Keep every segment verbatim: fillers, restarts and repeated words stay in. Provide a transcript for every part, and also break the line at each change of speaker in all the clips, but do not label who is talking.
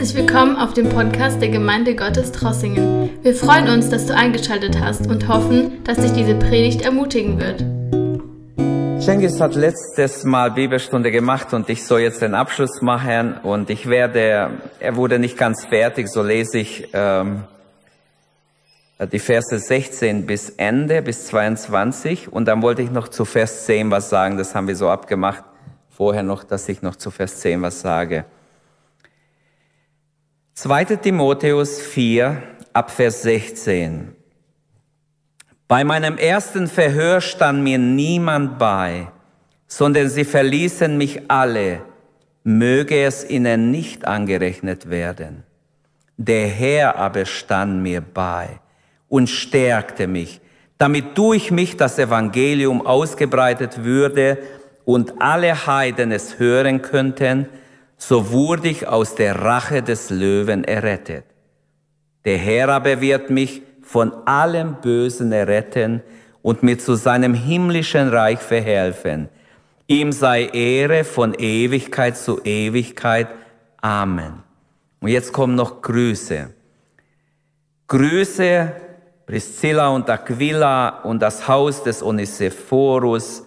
Herzlich willkommen auf dem Podcast der Gemeinde Gottes Trossingen. Wir freuen uns, dass du eingeschaltet hast und hoffen, dass dich diese Predigt ermutigen wird.
Cengiz hat letztes Mal Bibelstunde gemacht und ich soll jetzt den Abschluss machen und ich werde, er wurde nicht ganz fertig, so lese ich ähm, die Verse sechzehn bis Ende, bis zweiundzwanzig und dann wollte ich noch zu Vers zehn was sagen, das haben wir so abgemacht vorher noch, dass ich noch zu Vers zehn was sage. zweiter Timotheus vier, ab Vers sechzehn. Bei meinem ersten Verhör stand mir niemand bei, sondern sie verließen mich alle, möge es ihnen nicht angerechnet werden. Der Herr aber stand mir bei und stärkte mich, damit durch mich das Evangelium ausgebreitet würde und alle Heiden es hören könnten, so wurde ich aus der Rache des Löwen errettet. Der Herr aber wird mich von allem Bösen erretten und mir zu seinem himmlischen Reich verhelfen. Ihm sei Ehre von Ewigkeit zu Ewigkeit. Amen. Und jetzt kommen noch Grüße. Grüße Priscilla und Aquila und das Haus des Onesiphorus.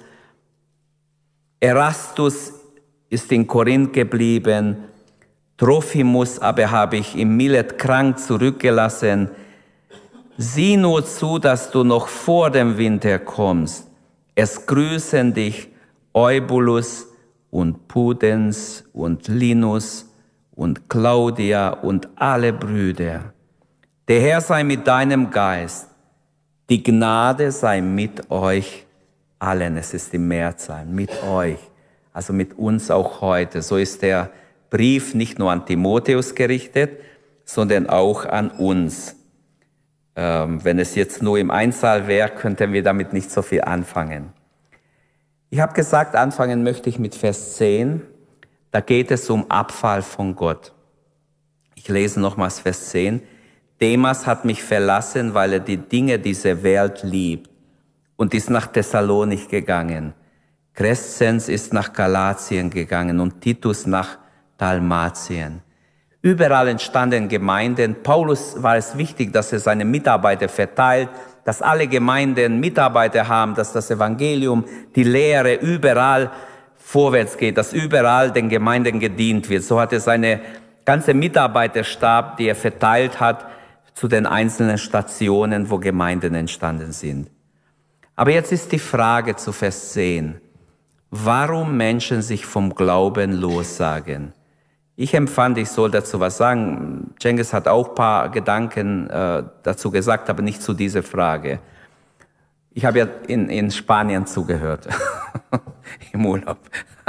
Erastus ist in Korinth geblieben. Trophimus aber habe ich in Milet krank zurückgelassen. Sieh nur zu, dass du noch vor dem Winter kommst. Es grüßen dich Eubulus und Pudens und Linus und Claudia und alle Brüder. Der Herr sei mit deinem Geist. Die Gnade sei mit euch allen. Es ist die Mehrzahl, mit euch. Also mit uns auch heute. So ist der Brief nicht nur an Timotheus gerichtet, sondern auch an uns. Ähm, wenn es jetzt nur im Einzahl wäre, könnten wir damit nicht so viel anfangen. Ich habe gesagt, anfangen möchte ich mit Vers zehn. Da geht es um Abfall von Gott. Ich lese nochmals Vers zehn. Demas hat mich verlassen, weil er die Dinge dieser Welt liebt und ist nach Thessalonich gegangen. Crescens ist nach Galatien gegangen und Titus nach Dalmatien. Überall entstanden Gemeinden. Paulus war es wichtig, dass er seine Mitarbeiter verteilt, dass alle Gemeinden Mitarbeiter haben, dass das Evangelium, die Lehre überall vorwärts geht, dass überall den Gemeinden gedient wird. So hat er seine ganze Mitarbeiterstab, die er verteilt hat, zu den einzelnen Stationen, wo Gemeinden entstanden sind. Aber jetzt ist die Frage zu Vers zehn. Warum Menschen sich vom Glauben lossagen? Ich empfand, ich soll dazu was sagen. Cengiz hat auch ein paar Gedanken äh, dazu gesagt, aber nicht zu dieser Frage. Ich habe ja in, in Spanien zugehört, im Urlaub.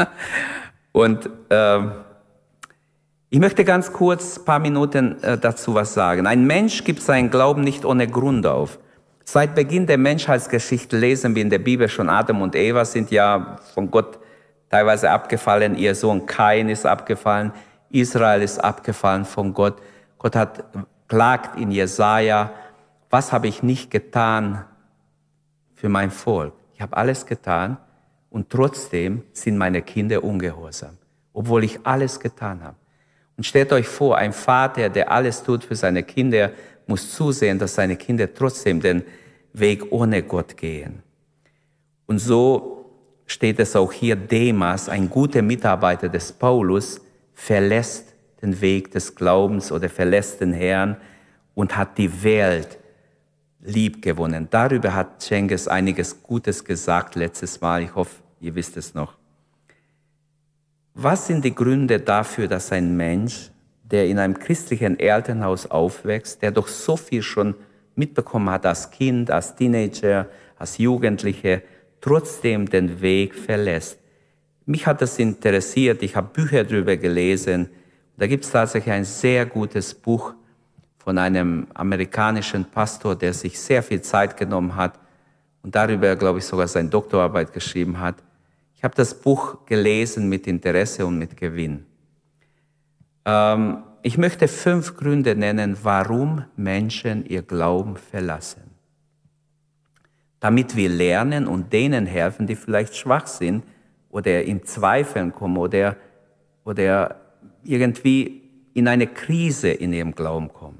Und äh, ich möchte ganz kurz ein paar Minuten äh, dazu was sagen. Ein Mensch gibt seinen Glauben nicht ohne Grund auf. Seit Beginn der Menschheitsgeschichte lesen wir in der Bibel schon, Adam und Eva sind ja von Gott teilweise abgefallen, ihr Sohn Kain ist abgefallen, Israel ist abgefallen von Gott. Gott hat klagt in Jesaja, was habe ich nicht getan für mein Volk? Ich habe alles getan und trotzdem sind meine Kinder ungehorsam, obwohl ich alles getan habe. Und stellt euch vor, ein Vater, der alles tut für seine Kinder, muss zusehen, dass seine Kinder trotzdem den Weg ohne Gott gehen. Und so steht es auch hier, Demas, ein guter Mitarbeiter des Paulus, verlässt den Weg des Glaubens oder verlässt den Herrn und hat die Welt lieb gewonnen. Darüber hat Cengiz einiges Gutes gesagt letztes Mal. Ich hoffe, ihr wisst es noch. Was sind die Gründe dafür, dass ein Mensch, der in einem christlichen Elternhaus aufwächst, der doch so viel schon mitbekommen hat als Kind, als Teenager, als Jugendliche, trotzdem den Weg verlässt? Mich hat das interessiert, ich habe Bücher darüber gelesen. Da gibt es tatsächlich ein sehr gutes Buch von einem amerikanischen Pastor, der sich sehr viel Zeit genommen hat und darüber, glaube ich, sogar seine Doktorarbeit geschrieben hat. Ich habe das Buch gelesen mit Interesse und mit Gewinn. Ähm, ich möchte fünf Gründe nennen, warum Menschen ihr Glauben verlassen. Damit wir lernen und denen helfen, die vielleicht schwach sind, oder in Zweifeln kommen oder, oder irgendwie in eine Krise in ihrem Glauben kommen.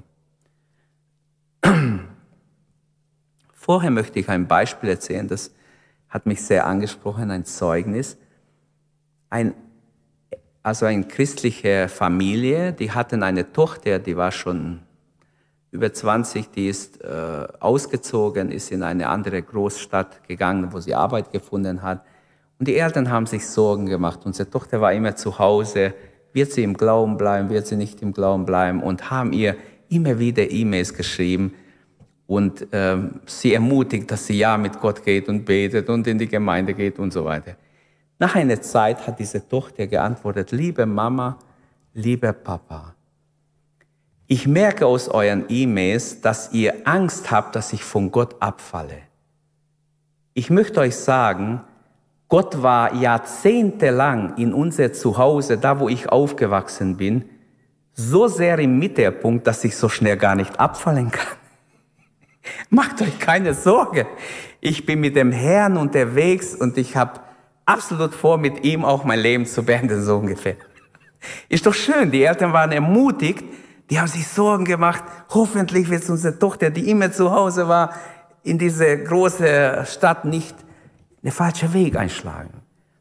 Vorher möchte ich ein Beispiel erzählen, das hat mich sehr angesprochen, ein Zeugnis. Ein, also eine christliche Familie, die hatten eine Tochter, die war schon über zwanzig, die ist äh, ausgezogen, ist in eine andere Großstadt gegangen, wo sie Arbeit gefunden hat. Und die Eltern haben sich Sorgen gemacht. Unsere Tochter war immer zu Hause. Wird sie im Glauben bleiben, wird sie nicht im Glauben bleiben? Und haben ihr immer wieder E-Mails geschrieben und ähm, sie ermutigt, dass sie ja mit Gott geht und betet und in die Gemeinde geht und so weiter. Nach einer Zeit hat diese Tochter geantwortet: Liebe Mama, lieber Papa, ich merke aus euren E-Mails, dass ihr Angst habt, dass ich von Gott abfalle. Ich möchte euch sagen, Gott war jahrzehntelang in unser Zuhause, da wo ich aufgewachsen bin, so sehr im Mittelpunkt, dass ich so schnell gar nicht abfallen kann. Macht euch keine Sorge. Ich bin mit dem Herrn unterwegs und ich habe absolut vor, mit ihm auch mein Leben zu beenden, so ungefähr. Ist doch schön, die Eltern waren ermutigt, die haben sich Sorgen gemacht, hoffentlich wird unsere Tochter, die immer zu Hause war, in diese große Stadt nicht den falschen Weg einschlagen.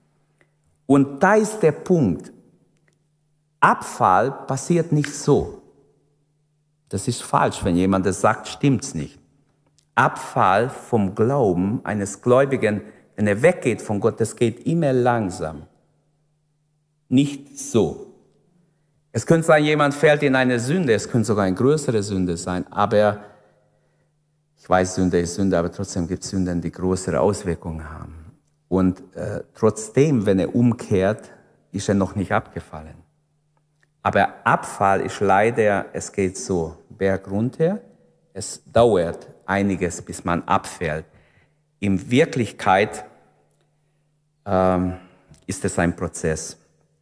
Und da ist der Punkt. Abfall passiert nicht so. Das ist falsch, wenn jemand das sagt, stimmt's nicht. Abfall vom Glauben eines Gläubigen, wenn er weggeht von Gott, das geht immer langsam. Nicht so. Es könnte sein, jemand fällt in eine Sünde, es könnte sogar eine größere Sünde sein, aber ich weiß, Sünde ist Sünde, aber trotzdem gibt es Sünden, die größere Auswirkungen haben. Und äh, trotzdem, wenn er umkehrt, ist er noch nicht abgefallen. Aber Abfall ist leider, es geht so Berg runter, es dauert einiges, bis man abfällt. In Wirklichkeit ähm, ist es ein Prozess.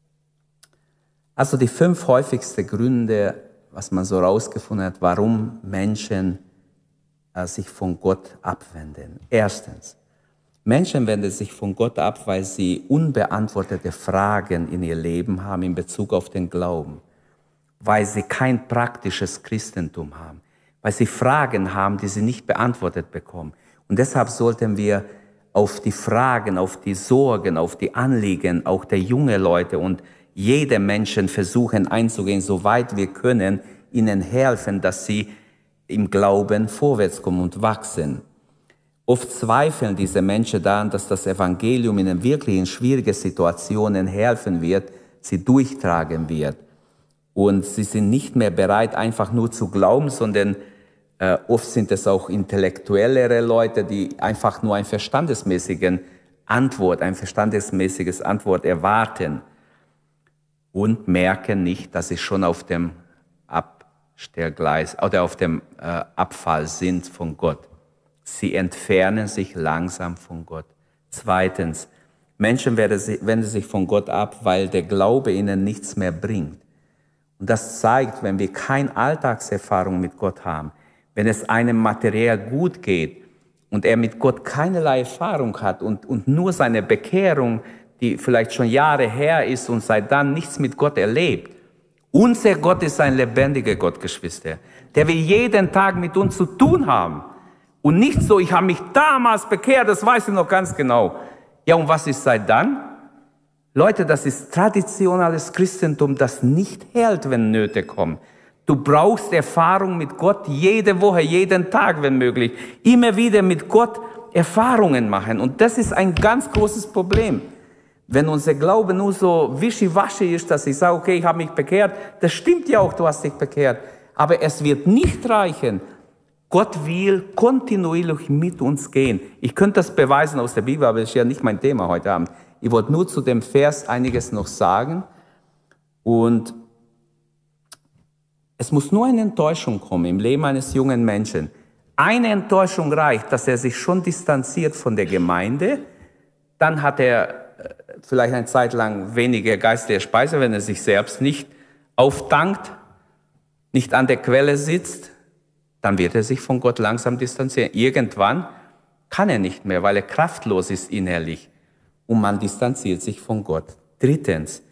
Also die fünf häufigsten Gründe, was man so rausgefunden hat, warum Menschen äh, sich von Gott abwenden. Erstens, Menschen wenden sich von Gott ab, weil sie unbeantwortete Fragen in ihr Leben haben in Bezug auf den Glauben, weil sie kein praktisches Christentum haben, weil sie Fragen haben, die sie nicht beantwortet bekommen. Und deshalb sollten wir auf die Fragen, auf die Sorgen, auf die Anliegen auch der jungen Leute und jeder Menschen versuchen einzugehen, soweit wir können, ihnen helfen, dass sie im Glauben vorwärts kommen und wachsen. Oft zweifeln diese Menschen daran, dass das Evangelium ihnen wirklich in schwierigen Situationen helfen wird, sie durchtragen wird. Und sie sind nicht mehr bereit, einfach nur zu glauben, sondern äh, oft sind es auch intellektuellere Leute, die einfach nur eine verstandesmäßige Antwort, ein verstandesmäßiges Antwort erwarten und merken nicht, dass sie schon auf dem Abstellgleis oder auf dem äh, Abfall sind von Gott. Sie entfernen sich langsam von Gott. Zweitens, Menschen wenden sich von Gott ab, weil der Glaube ihnen nichts mehr bringt. Und das zeigt, wenn wir keine Alltagserfahrung mit Gott haben, wenn es einem materiell gut geht und er mit Gott keinerlei Erfahrung hat und, und nur seine Bekehrung, die vielleicht schon Jahre her ist und seit dann nichts mit Gott erlebt. Unser Gott ist ein lebendiger Gott, Geschwister, der will jeden Tag mit uns zu tun haben. Und nicht so, ich habe mich damals bekehrt, das weiß ich noch ganz genau. Ja, und was ist seit dann? Leute, das ist traditionelles Christentum, das nicht hält, wenn Nöte kommen. Du brauchst Erfahrung mit Gott jede Woche, jeden Tag, wenn möglich. Immer wieder mit Gott Erfahrungen machen. Und das ist ein ganz großes Problem. Wenn unser Glaube nur so wischiwaschi ist, dass ich sage, okay, ich habe mich bekehrt, das stimmt ja auch, du hast dich bekehrt. Aber es wird nicht reichen. Gott will kontinuierlich mit uns gehen. Ich könnte das beweisen aus der Bibel, aber das ist ja nicht mein Thema heute Abend. Ich wollte nur zu dem Vers einiges noch sagen. Und es muss nur eine Enttäuschung kommen im Leben eines jungen Menschen. Eine Enttäuschung reicht, dass er sich schon distanziert von der Gemeinde. Dann hat er vielleicht eine Zeit lang weniger geistliche Speise, wenn er sich selbst nicht auftankt, nicht an der Quelle sitzt. Dann wird er sich von Gott langsam distanzieren. Irgendwann kann er nicht mehr, weil er kraftlos ist innerlich. Und man distanziert sich von Gott. Drittens,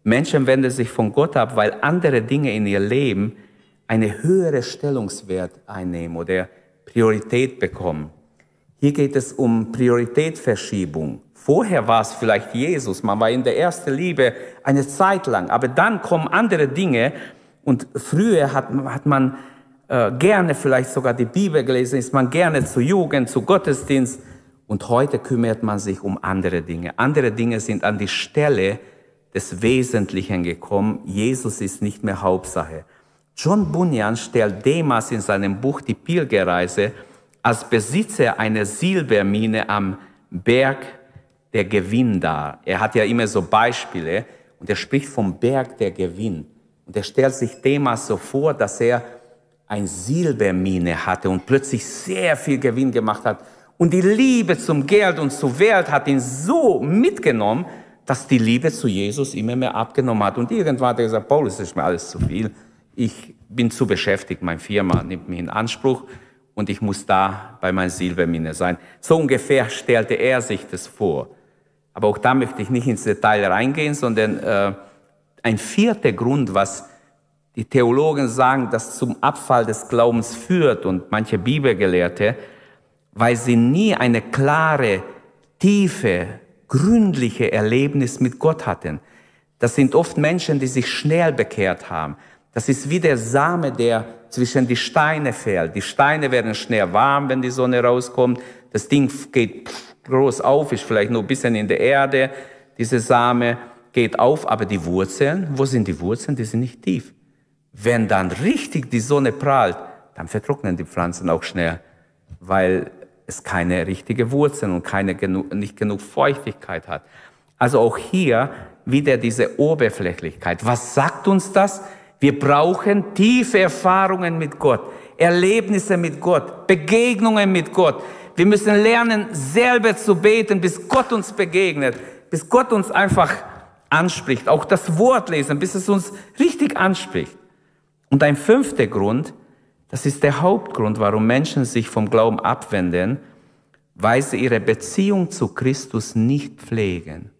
Menschen wenden sich von Gott ab, weil andere Dinge in ihr Leben eine höhere Stellungswert einnehmen oder Priorität bekommen. Hier geht es um Prioritätverschiebung. Vorher war es vielleicht Jesus, man war in der ersten Liebe eine Zeit lang, aber dann kommen andere Dinge und früher hat, hat man äh, gerne vielleicht sogar die Bibel gelesen, ist man gerne zur Jugend, zu Gottesdienst und heute kümmert man sich um andere Dinge. Andere Dinge sind an die Stelle des Wesentlichen gekommen. Jesus ist nicht mehr Hauptsache. John Bunyan stellt Demas in seinem Buch Die Pilgerreise als Besitzer einer Silbermine am Berg der Gewinn dar. Er hat ja immer so Beispiele und er spricht vom Berg der Gewinn. Und er stellt sich Demas so vor, dass er eine Silbermine hatte und plötzlich sehr viel Gewinn gemacht hat. Und die Liebe zum Geld und zur Welt hat ihn so mitgenommen, dass die Liebe zu Jesus immer mehr abgenommen hat. Und irgendwann hat er gesagt, Paulus, das ist mir alles zu viel. Ich bin zu beschäftigt, meine Firma nimmt mich in Anspruch und ich muss da bei meiner Silbermine sein. So ungefähr stellte er sich das vor. Aber auch da möchte ich nicht ins Detail reingehen, sondern äh, ein vierter Grund, was die Theologen sagen, das zum Abfall des Glaubens führt und manche Bibelgelehrte, weil sie nie eine klare, tiefe, gründliche Erlebnis mit Gott hatten. Das sind oft Menschen, die sich schnell bekehrt haben. Das ist wie der Same, der zwischen die Steine fällt. Die Steine werden schnell warm, wenn die Sonne rauskommt. Das Ding geht groß auf, ist vielleicht nur ein bisschen in der Erde. Diese Same geht auf, aber die Wurzeln, wo sind die Wurzeln? Die sind nicht tief. Wenn dann richtig die Sonne prallt, dann vertrocknen die Pflanzen auch schnell, weil es keine richtige Wurzeln und keine genug, nicht genug Feuchtigkeit hat. Also auch hier wieder diese Oberflächlichkeit. Was sagt uns das? Wir brauchen tiefe Erfahrungen mit Gott, Erlebnisse mit Gott, Begegnungen mit Gott. Wir müssen lernen, selber zu beten, bis Gott uns begegnet, bis Gott uns einfach anspricht. Auch das Wort lesen, bis es uns richtig anspricht. Und ein fünfter Grund, das ist der Hauptgrund, warum Menschen sich vom Glauben abwenden, weil sie ihre Beziehung zu Christus nicht pflegen.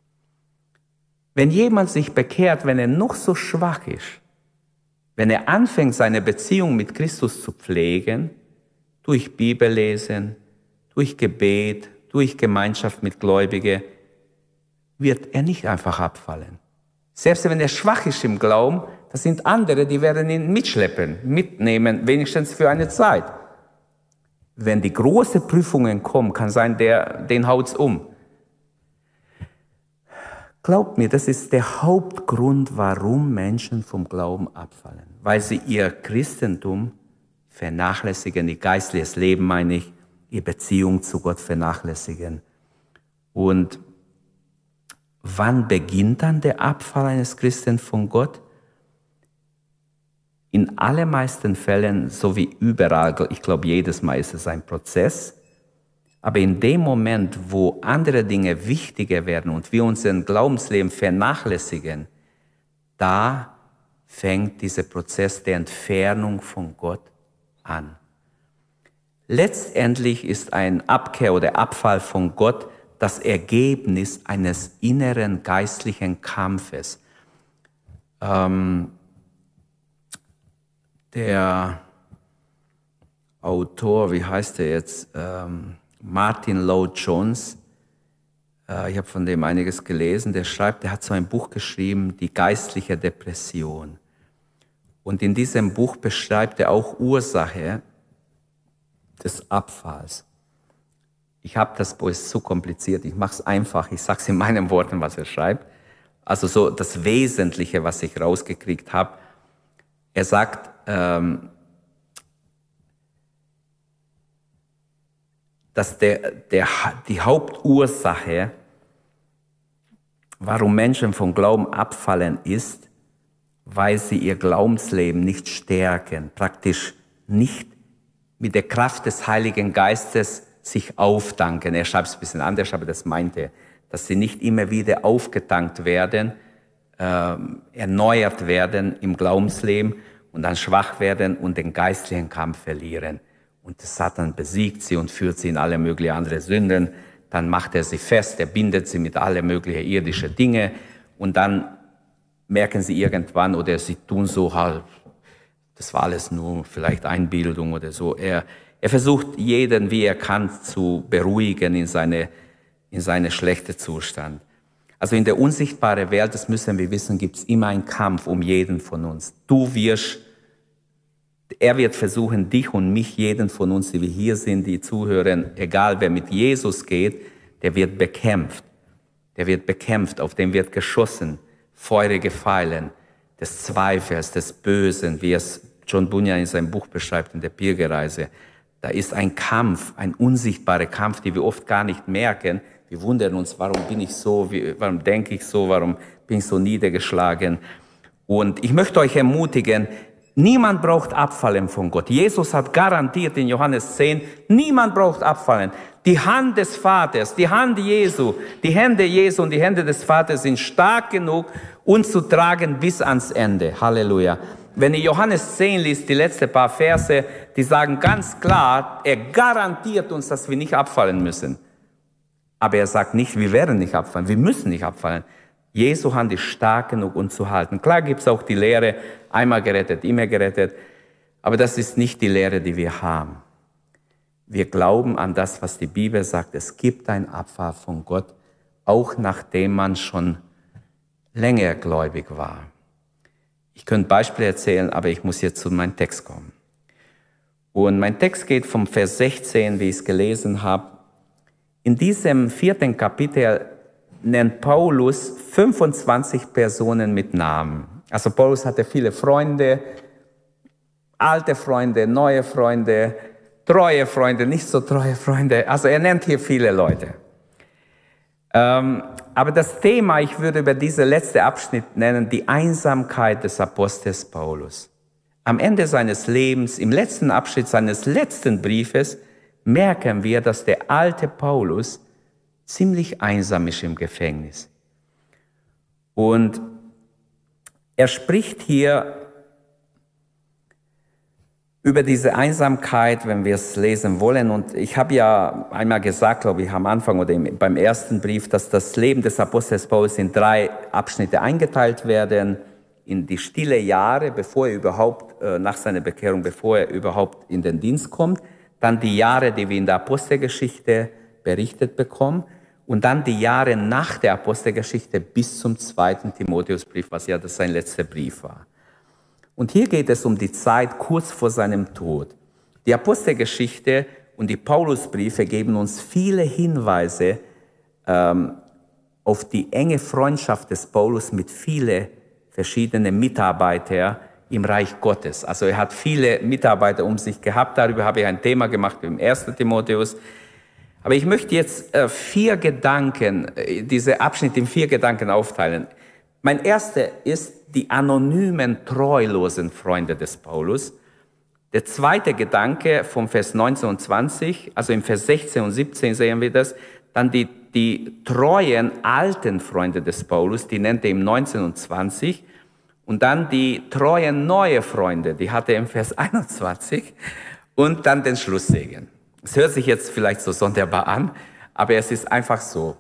Wenn jemand sich bekehrt, wenn er noch so schwach ist, wenn er anfängt, seine Beziehung mit Christus zu pflegen, durch Bibellesen, durch Gebet, durch Gemeinschaft mit Gläubigen, wird er nicht einfach abfallen. Selbst wenn er schwach ist im Glauben, das sind andere, die werden ihn mitschleppen, mitnehmen, wenigstens für eine Zeit. Wenn die großen Prüfungen kommen, kann sein, der, den haut's um. Glaubt mir, das ist der Hauptgrund, warum Menschen vom Glauben abfallen. Weil sie ihr Christentum vernachlässigen, ihr geistliches Leben, meine ich, ihre Beziehung zu Gott vernachlässigen. Und wann beginnt dann der Abfall eines Christen von Gott? In allermeisten Fällen, so wie überall, ich glaube, jedes Mal ist es ein Prozess. Aber in dem Moment, wo andere Dinge wichtiger werden und wir unser Glaubensleben vernachlässigen, da fängt dieser Prozess der Entfernung von Gott an. Letztendlich ist ein Abkehr oder Abfall von Gott das Ergebnis eines inneren geistlichen Kampfes. Ähm, der Autor, wie heißt er jetzt? Ähm, Martin Lloyd-Jones, äh, ich habe von dem einiges gelesen, der schreibt, der hat so ein Buch geschrieben, Die geistliche Depression. Und in diesem Buch beschreibt er auch Ursache des Abfalls. Ich habe das Buch, ist zu kompliziert, ich mache es einfach, ich sage es in meinen Worten, was er schreibt. Also so das Wesentliche, was ich rausgekriegt habe. Er sagt, ähm, dass der, der, die Hauptursache, warum Menschen vom Glauben abfallen, ist, weil sie ihr Glaubensleben nicht stärken, praktisch nicht mit der Kraft des Heiligen Geistes sich auftanken. Er schreibt es ein bisschen anders, aber das meint er, dass sie nicht immer wieder aufgetankt werden, äh, erneuert werden im Glaubensleben und dann schwach werden und den geistlichen Kampf verlieren. Und der Satan besiegt sie und führt sie in alle möglichen andere Sünden. Dann macht er sie fest, er bindet sie mit alle möglichen irdischen Dinge und dann merken sie irgendwann oder sie tun so, halt, das war alles nur vielleicht Einbildung oder so. Er, er versucht jeden, wie er kann, zu beruhigen in seine, in seine schlechte Zustand. Also in der unsichtbaren Welt, das müssen wir wissen, gibt es immer einen Kampf um jeden von uns. Du wirst, er wird versuchen, dich und mich, jeden von uns, die wir hier sind, die zuhören, egal wer mit Jesus geht, der wird bekämpft. Der wird bekämpft, auf den wird geschossen, feurige Pfeilen des Zweifels, des Bösen, wie es John Bunyan in seinem Buch beschreibt, in der Pilgerreise. Da ist ein Kampf, ein unsichtbarer Kampf, den wir oft gar nicht merken. Wir wundern uns, warum bin ich so, wie, warum denke ich so, warum bin ich so niedergeschlagen. Und ich möchte euch ermutigen, niemand braucht abfallen von Gott. Jesus hat garantiert in Johannes zehn, niemand braucht abfallen. Die Hand des Vaters, die Hand Jesu, die Hände Jesu und die Hände des Vaters sind stark genug, uns zu tragen bis ans Ende. Halleluja. Wenn ihr Johannes zehn liest, die letzten paar Verse, die sagen ganz klar, er garantiert uns, dass wir nicht abfallen müssen. Aber er sagt nicht, wir werden nicht abfallen, wir müssen nicht abfallen. Jesu Hand ist stark genug, uns zu halten. Klar gibt es auch die Lehre, einmal gerettet, immer gerettet. Aber das ist nicht die Lehre, die wir haben. Wir glauben an das, was die Bibel sagt. Es gibt ein Abfall von Gott, auch nachdem man schon länger gläubig war. Ich könnte Beispiele erzählen, aber ich muss jetzt zu meinem Text kommen. Und mein Text geht vom Vers sechzehn, wie ich es gelesen habe. In diesem vierten Kapitel nennt Paulus fünfundzwanzig Personen mit Namen. Also Paulus hatte viele Freunde, alte Freunde, neue Freunde, treue Freunde, nicht so treue Freunde. Also er nennt hier viele Leute. Ähm, aber das Thema, ich würde über diesen letzten Abschnitt nennen, die Einsamkeit des Apostels Paulus. Am Ende seines Lebens, im letzten Abschnitt seines letzten Briefes, merken wir, dass der alte Paulus ziemlich einsam ist im Gefängnis. Und er spricht hier über diese Einsamkeit, wenn wir es lesen wollen. Und ich habe ja einmal gesagt, glaube ich, am Anfang oder beim ersten Brief, dass das Leben des Apostels Paulus in drei Abschnitte eingeteilt werden. In die stille Jahre, bevor er überhaupt, nach seiner Bekehrung, bevor er überhaupt in den Dienst kommt. Dann die Jahre, die wir in der Apostelgeschichte berichtet bekommen. Und dann die Jahre nach der Apostelgeschichte bis zum zweiten Timotheusbrief, was ja das sein letzter Brief war. Und hier geht es um die Zeit kurz vor seinem Tod. Die Apostelgeschichte und die Paulusbriefe geben uns viele Hinweise ähm, auf die enge Freundschaft des Paulus mit vielen verschiedenen Mitarbeitern im Reich Gottes. Also er hat viele Mitarbeiter um sich gehabt. Darüber habe ich ein Thema gemacht im ersten Timotheus. Aber ich möchte jetzt äh, vier Gedanken, äh, diese Abschnitte in vier Gedanken aufteilen. Mein erster ist die anonymen, treulosen Freunde des Paulus. Der zweite Gedanke vom Vers neunzehn und zwanzig, also im Vers sechzehn und siebzehn sehen wir das, dann die, die treuen, alten Freunde des Paulus, die nennt er im neunzehn und zwanzig. Und dann die treuen, neue Freunde, die hat er im Vers einundzwanzig. Und dann den Schlusssegen. Es hört sich jetzt vielleicht so sonderbar an, aber es ist einfach so.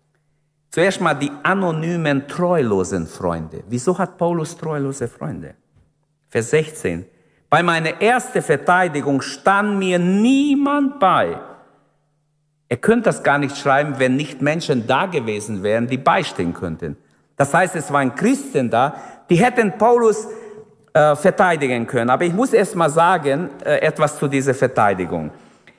Zuerst mal die anonymen, treulosen Freunde. Wieso hat Paulus treulose Freunde? Vers sechzehn. Bei meiner ersten Verteidigung stand mir niemand bei. Er könnte das gar nicht schreiben, wenn nicht Menschen da gewesen wären, die beistehen könnten. Das heißt, es waren Christen da, die hätten Paulus äh, verteidigen können. Aber ich muss erst mal sagen, äh, etwas zu dieser Verteidigung.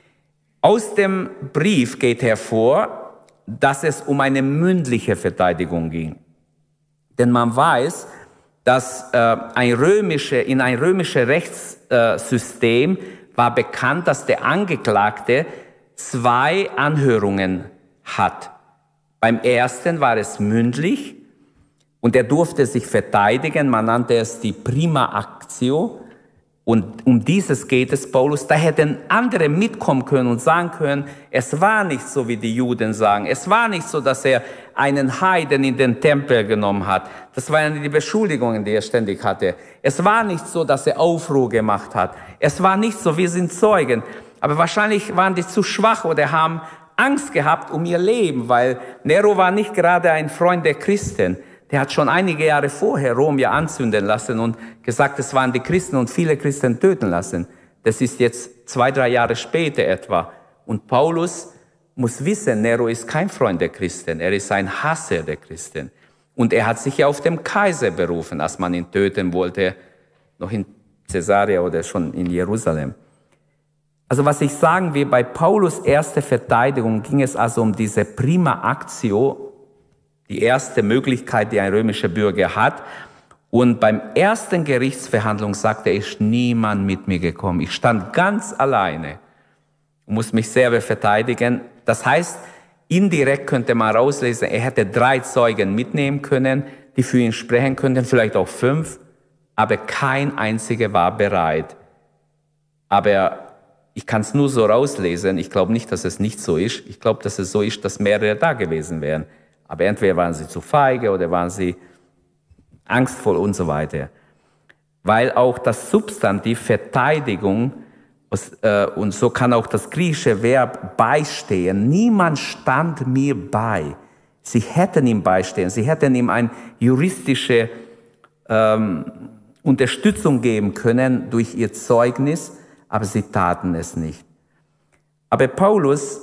Aus dem Brief geht hervor, dass es um eine mündliche Verteidigung ging. Denn man weiß, dass äh, ein römische, in ein römisches Rechtssystem äh, war bekannt, dass der Angeklagte zwei Anhörungen hat. Beim ersten war es mündlich und er durfte sich verteidigen. Man nannte es die Prima Actio. Und um dieses geht es Paulus. Da hätten andere mitkommen können und sagen können, es war nicht so, wie die Juden sagen. Es war nicht so, dass er einen Heiden in den Tempel genommen hat. Das waren die Beschuldigungen, die er ständig hatte. Es war nicht so, dass er Aufruhr gemacht hat. Es war nicht so, wir sind Zeugen. Aber wahrscheinlich waren die zu schwach oder haben Angst gehabt um ihr Leben, weil Nero war nicht gerade ein Freund der Christen. der hat schon einige Jahre vorher Rom ja anzünden lassen und gesagt, es waren die Christen und viele Christen töten lassen. Das ist jetzt zwei, drei Jahre später etwa. Und Paulus muss wissen, Nero ist kein Freund der Christen, er ist ein Hasser der Christen. Und er hat sich ja auf den Kaiser berufen, als man ihn töten wollte, noch in Caesarea oder schon in Jerusalem. Also was ich sagen will, bei Paulus' erster Verteidigung ging es also um diese Prima Actio, die erste Möglichkeit, die ein römischer Bürger hat. Und beim ersten Gerichtsverhandlung sagte er, ist niemand mit mir gekommen. Ich stand ganz alleine und muss mich selber verteidigen. Das heißt, indirekt könnte man rauslesen, er hätte drei Zeugen mitnehmen können, die für ihn sprechen könnten, vielleicht auch fünf, aber kein einziger war bereit. Aber ich kann es nur so rauslesen, ich glaube nicht, dass es nicht so ist. Ich glaube, dass es so ist, dass mehrere da gewesen wären. Aber entweder waren sie zu feige oder waren sie angstvoll und so weiter. Weil auch das Substantiv Verteidigung, äh, und so kann auch das griechische Verb beistehen, niemand stand mir bei. Sie hätten ihm beistehen, sie hätten ihm eine juristische ähm, Unterstützung geben können durch ihr Zeugnis, aber sie taten es nicht. Aber Paulus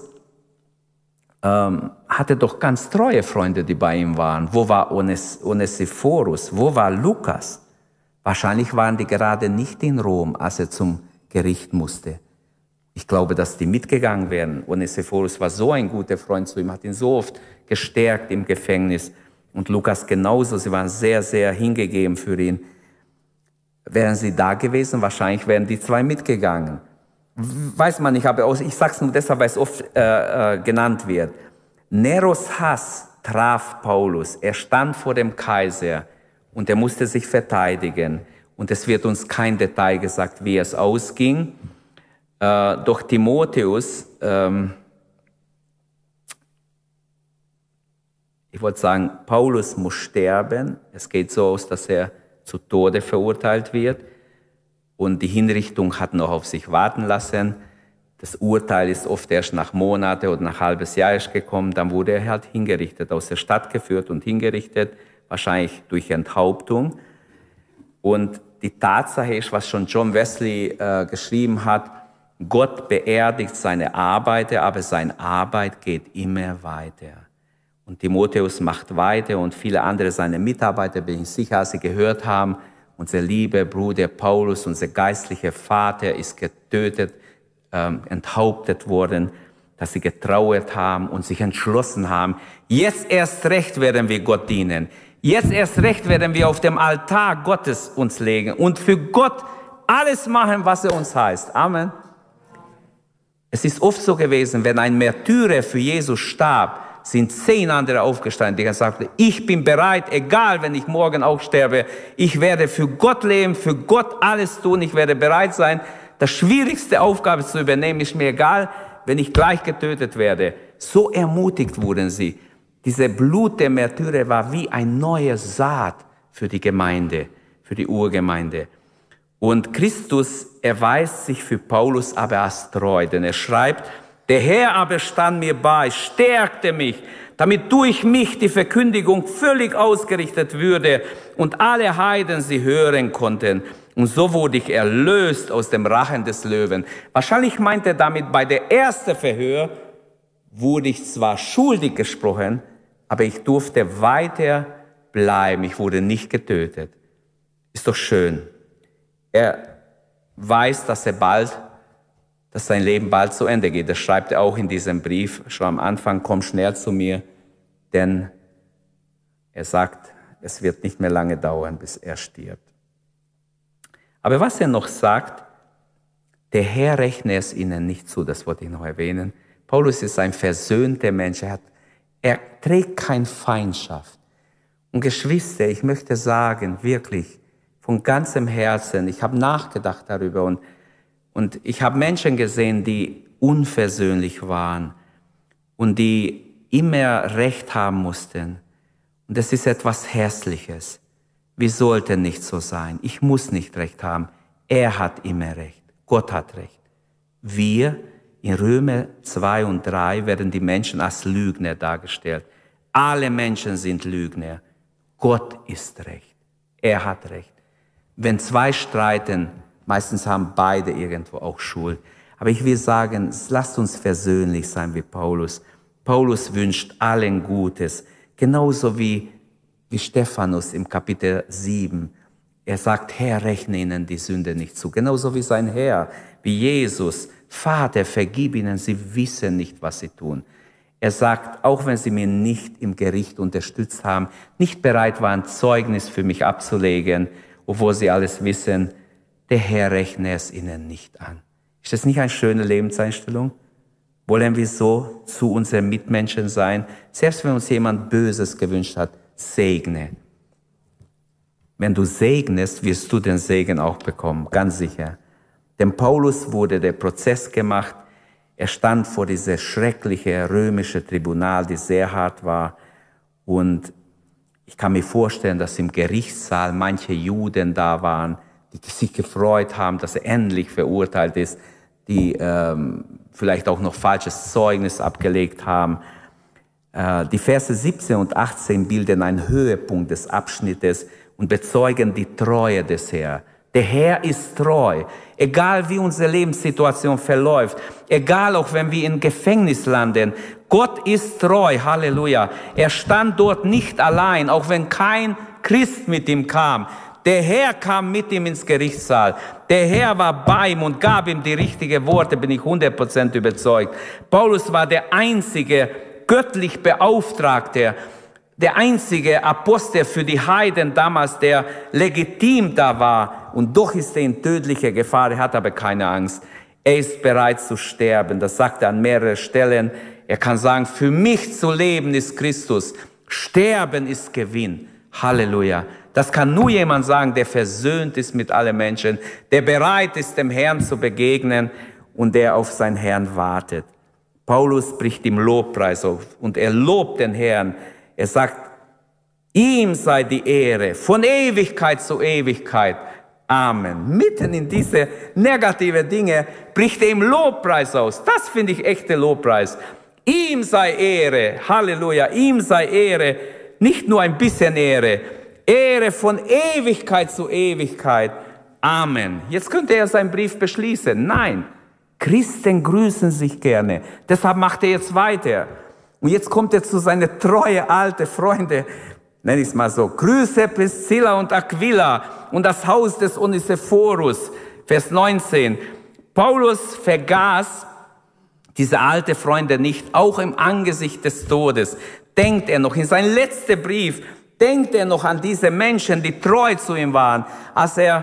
ähm, hatte doch ganz treue Freunde, die bei ihm waren. Wo war Ones Onesiphorus? Wo war Lukas? Wahrscheinlich waren die gerade nicht in Rom, als er zum Gericht musste. Ich glaube, dass die mitgegangen wären. Onesiphorus war so ein guter Freund zu ihm, hat ihn so oft gestärkt im Gefängnis. Und Lukas genauso, sie waren sehr, sehr hingegeben für ihn. Wären sie da gewesen, wahrscheinlich wären die zwei mitgegangen. Weiß man nicht, aber ich sage es nur deshalb, weil es oft äh, äh, genannt wird. Neros Hass traf Paulus. Er stand vor dem Kaiser und er musste sich verteidigen. Und es wird uns kein Detail gesagt, wie es ausging. Äh, doch Timotheus, ähm, ich wollte sagen, Paulus muss sterben. Es geht so aus, dass er zu Tode verurteilt wird. Und die Hinrichtung hat noch auf sich warten lassen. Das Urteil ist oft erst nach Monaten oder nach halbes Jahr erst gekommen. Dann wurde er halt hingerichtet, aus der Stadt geführt und hingerichtet, wahrscheinlich durch Enthauptung. Und die Tatsache ist, was schon John Wesley äh, geschrieben hat, Gott beerdigt seine Arbeiter, aber seine Arbeit geht immer weiter. Und Timotheus macht weiter und viele andere seine Mitarbeiter, bin ich sicher, als sie gehört haben, unser lieber Bruder Paulus, unser geistlicher Vater ist getötet, ähm, enthauptet worden, dass sie getrauert haben und sich entschlossen haben, jetzt erst recht werden wir Gott dienen. Jetzt erst recht werden wir auf dem Altar Gottes uns legen und für Gott alles machen, was er uns heißt. Amen. Es ist oft so gewesen, wenn ein Märtyrer für Jesus starb, sind zehn andere aufgestanden, die sagten, ich bin bereit, egal, wenn ich morgen auch sterbe, ich werde für Gott leben, für Gott alles tun, ich werde bereit sein, das schwierigste Aufgabe zu übernehmen, ist mir egal, wenn ich gleich getötet werde. So ermutigt wurden sie. Diese Blut der Märtyrer war wie ein neuer Saat für die Gemeinde, für die Urgemeinde. Und Christus erweist sich für Paulus aber als treu, denn er schreibt, der Herr aber stand mir bei, stärkte mich, damit durch mich die Verkündigung völlig ausgerichtet würde und alle Heiden sie hören konnten. Und so wurde ich erlöst aus dem Rachen des Löwen. Wahrscheinlich meint er damit, bei der ersten Verhör wurde ich zwar schuldig gesprochen, aber ich durfte weiter bleiben. Ich wurde nicht getötet. Ist doch schön. Er weiß, dass er bald dass sein Leben bald zu Ende geht. Das schreibt er auch in diesem Brief, schon am Anfang, komm schnell zu mir, denn er sagt, es wird nicht mehr lange dauern, bis er stirbt. Aber was er noch sagt, der Herr rechne es ihnen nicht zu, das wollte ich noch erwähnen. Paulus ist ein versöhnter Mensch, er, hat, er trägt keine Feindschaft. Und Geschwister, ich möchte sagen, wirklich, von ganzem Herzen, ich habe nachgedacht darüber und Und ich habe Menschen gesehen, die unversöhnlich waren und die immer Recht haben mussten. Und das ist etwas Hässliches. Wir sollten nicht so sein. Ich muss nicht Recht haben. Er hat immer Recht. Gott hat Recht. Wir, in Römer zwei und drei, werden die Menschen als Lügner dargestellt. Alle Menschen sind Lügner. Gott ist recht. Er hat recht. Wenn zwei streiten, meistens haben beide irgendwo auch Schuld. Aber ich will sagen, lasst uns versöhnlich sein wie Paulus. Paulus wünscht allen Gutes, genauso wie, wie Stephanus im Kapitel sieben. Er sagt, Herr, rechne ihnen die Sünde nicht zu. Genauso wie sein Herr, wie Jesus. Vater, vergib ihnen, sie wissen nicht, was sie tun. Er sagt, auch wenn sie mir nicht im Gericht unterstützt haben, nicht bereit waren, Zeugnis für mich abzulegen, obwohl sie alles wissen, der Herr rechne es ihnen nicht an. Ist das nicht eine schöne Lebenseinstellung? Wollen wir so zu unseren Mitmenschen sein? Selbst wenn uns jemand Böses gewünscht hat, segne. Wenn du segnest, wirst du den Segen auch bekommen, ganz sicher. Denn Paulus wurde der Prozess gemacht. Er stand vor diesem schrecklichen römischen Tribunal, die sehr hart war. Und ich kann mir vorstellen, dass im Gerichtssaal manche Juden da waren, die sich gefreut haben, dass er endlich verurteilt ist, die ähm, vielleicht auch noch falsches Zeugnis abgelegt haben. Äh, die Verse siebzehn und achtzehn bilden einen Höhepunkt des Abschnittes und bezeugen die Treue des Herrn. Der Herr ist treu, egal wie unsere Lebenssituation verläuft, egal auch wenn wir im Gefängnis landen. Gott ist treu, Halleluja. Er stand dort nicht allein, auch wenn kein Christ mit ihm kam. Der Herr kam mit ihm ins Gerichtssaal. Der Herr war bei ihm und gab ihm die richtigen Worte, bin ich hundert Prozent überzeugt. Paulus war der einzige göttlich Beauftragte, der einzige Apostel für die Heiden damals, der legitim da war. Und doch ist er in tödlicher Gefahr, er hat aber keine Angst. Er ist bereit zu sterben, das sagt er an mehreren Stellen. Er kann sagen, für mich zu leben ist Christus, sterben ist Gewinn. Halleluja. Das kann nur jemand sagen, der versöhnt ist mit allen Menschen, der bereit ist, dem Herrn zu begegnen und der auf seinen Herrn wartet. Paulus bricht ihm Lobpreis auf und er lobt den Herrn. Er sagt, ihm sei die Ehre von Ewigkeit zu Ewigkeit. Amen. Mitten in diese negative Dinge bricht er ihm Lobpreis aus. Das finde ich echte Lobpreis. Ihm sei Ehre. Halleluja. Ihm sei Ehre. Nicht nur ein bisschen Ehre. Ehre von Ewigkeit zu Ewigkeit. Amen. Jetzt könnte er seinen Brief beschließen. Nein, Christen grüßen sich gerne. Deshalb macht er jetzt weiter. Und jetzt kommt er zu seinen treue alte Freunde, nenne ich es mal so. Grüße Priscilla und Aquila und das Haus des Onesiphorus. Vers neunzehn. Paulus vergaß diese alte Freunde nicht, auch im Angesicht des Todes. Denkt er noch in seinem letzten Brief, denkt er noch an diese Menschen, die treu zu ihm waren, als er,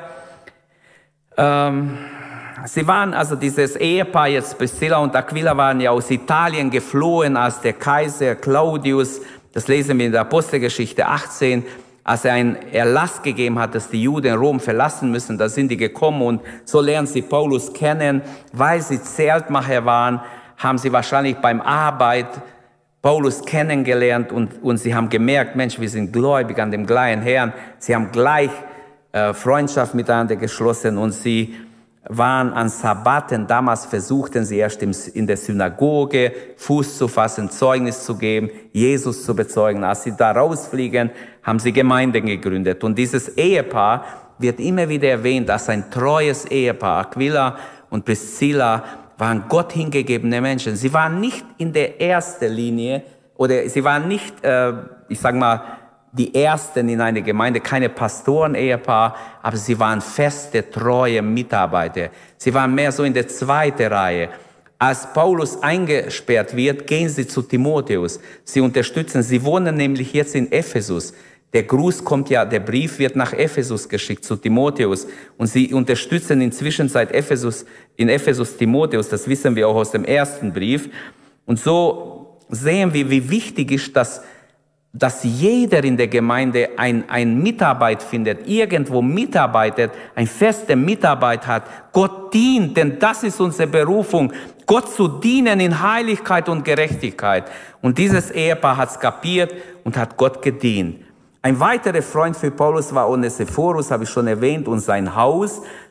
ähm, sie waren, also dieses Ehepaar jetzt, Priscilla und Aquila, waren ja aus Italien geflohen, als der Kaiser Claudius, das lesen wir in der Apostelgeschichte achtzehn, als er einen Erlass gegeben hat, dass die Juden Rom verlassen müssen, da sind die gekommen und so lernen sie Paulus kennen, weil sie Zeltmacher waren, haben sie wahrscheinlich beim Arbeit Paulus kennengelernt und, und sie haben gemerkt, Mensch, wir sind gläubig an dem gleichen Herrn. Sie haben gleich äh, Freundschaft miteinander geschlossen und sie waren an Sabbaten. Damals versuchten sie erst im, in der Synagoge Fuß zu fassen, Zeugnis zu geben, Jesus zu bezeugen. Als sie da rausfliegen, haben sie Gemeinden gegründet. Und dieses Ehepaar wird immer wieder erwähnt als ein treues Ehepaar. Aquila und Priscilla waren Gott hingegebene Menschen. Sie waren nicht in der ersten Linie oder sie waren nicht, äh, ich sag mal, die Ersten in einer Gemeinde, keine Pastoren-Ehepaar, aber sie waren feste, treue Mitarbeiter. Sie waren mehr so in der zweiten Reihe. Als Paulus eingesperrt wird, gehen sie zu Timotheus. Sie unterstützen, sie wohnen nämlich jetzt in Ephesus. Der Gruß kommt ja, der Brief wird nach Ephesus geschickt, zu Timotheus. Und sie unterstützen inzwischen seit Ephesus, in Ephesus Timotheus. Das wissen wir auch aus dem ersten Brief. Und so sehen wir, wie wichtig ist, dass, dass jeder in der Gemeinde ein, ein Mitarbeit findet, irgendwo mitarbeitet, ein feste Mitarbeit hat. Gott dient, denn das ist unsere Berufung, Gott zu dienen in Heiligkeit und Gerechtigkeit. Und dieses Ehepaar hat es kapiert und hat Gott gedient. Ein weiterer Freund für Paulus war Onesiphorus, habe ich schon erwähnt, und sein Haus.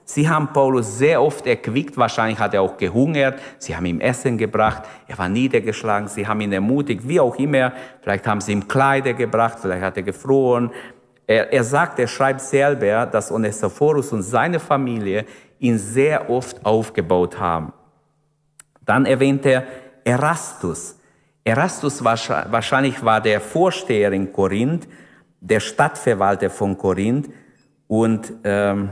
Sie haben Paulus sehr oft erquickt, wahrscheinlich hat er auch gehungert, sie haben ihm Essen gebracht, er war niedergeschlagen, sie haben ihn ermutigt, wie auch immer, vielleicht haben sie ihm Kleider gebracht, vielleicht hat er gefroren. Er, er sagt, er schreibt selber, dass Onesiphorus und seine Familie ihn sehr oft aufgebaut haben. Dann erwähnt er Erastus. Erastus war, wahrscheinlich war der Vorsteher in Korinth, der Stadtverwalter von Korinth, und ähm,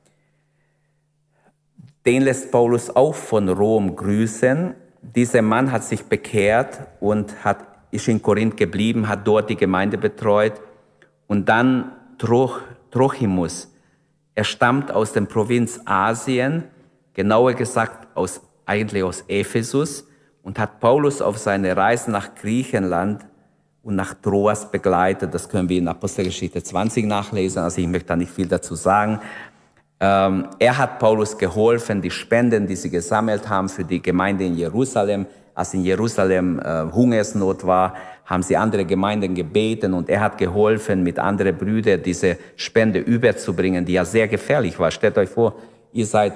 den lässt Paulus auch von Rom grüßen. Dieser Mann hat sich bekehrt und hat, ist in Korinth geblieben, hat dort die Gemeinde betreut. Und dann Troch, Trochimus. Er stammt aus der Provinz Asien, genauer gesagt aus, eigentlich aus Ephesus, und hat Paulus auf seine Reise nach Griechenland und nach Troas begleitet. Das können wir in Apostelgeschichte zwanzig nachlesen, also ich möchte da nicht viel dazu sagen. Ähm, er hat Paulus geholfen, die Spenden, die sie gesammelt haben für die Gemeinde in Jerusalem. Als in Jerusalem äh, Hungersnot war, haben sie andere Gemeinden gebeten und er hat geholfen, mit anderen Brüdern diese Spende überzubringen, die ja sehr gefährlich war. Stellt euch vor, ihr seid,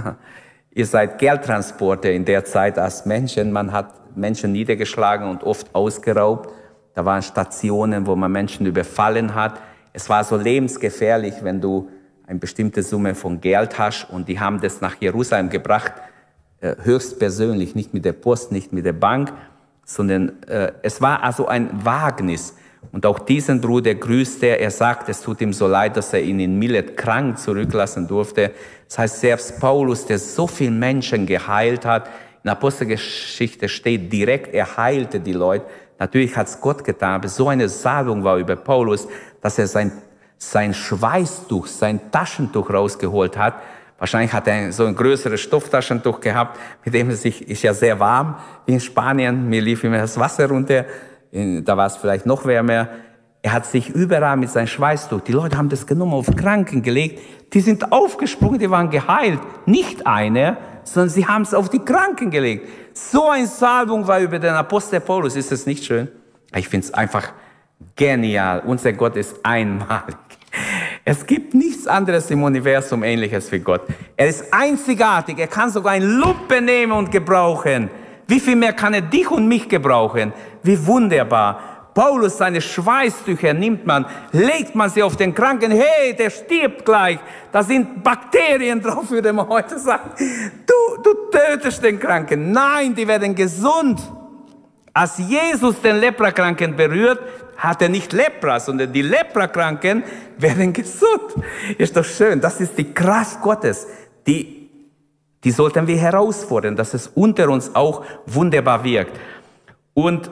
ihr seid Geldtransporter in der Zeit als Menschen. Man hat Menschen niedergeschlagen und oft ausgeraubt. Da waren Stationen, wo man Menschen überfallen hat. Es war so lebensgefährlich, wenn du eine bestimmte Summe von Geld hast, und die haben das nach Jerusalem gebracht, äh, höchstpersönlich, nicht mit der Post, nicht mit der Bank, sondern äh, es war also ein Wagnis. Und auch diesen Bruder grüßte er. Er sagt, es tut ihm so leid, dass er ihn in Milet krank zurücklassen durfte. Das heißt, selbst Paulus, der so viele Menschen geheilt hat, in der Apostelgeschichte steht direkt, er heilte die Leute. Natürlich hat es Gott getan, aber so eine Salbung war über Paulus, dass er sein sein Schweißtuch, sein Taschentuch rausgeholt hat. Wahrscheinlich hat er so ein größeres Stofftaschentuch gehabt, mit dem er sich, ist ja sehr warm in Spanien, mir lief immer das Wasser runter, da war es vielleicht noch wärmer. Er hat sich überall mit seinem Schweißtuch, die Leute haben das genommen, auf Kranken gelegt, die sind aufgesprungen, die waren geheilt. Nicht einer, sondern sie haben es auf die Kranken gelegt. So eine Salbung war über den Apostel Paulus, ist das nicht schön? Ich finde es einfach genial, unser Gott ist einmalig. Es gibt nichts anderes im Universum Ähnliches wie Gott. Er ist einzigartig, er kann sogar einen Lumpen nehmen und gebrauchen. Wie viel mehr kann er dich und mich gebrauchen? Wie wunderbar. Paulus, seine Schweißtücher nimmt man, legt man sie auf den Kranken, hey, der stirbt gleich. Da sind Bakterien drauf, würde man heute sagen. Du, du tötest den Kranken. Nein, die werden gesund. Als Jesus den Leprakranken berührt, hat er nicht Lepra, sondern die Leprakranken werden gesund. Ist doch schön. Das ist die Kraft Gottes. Die, die sollten wir herausfordern, dass es unter uns auch wunderbar wirkt. Und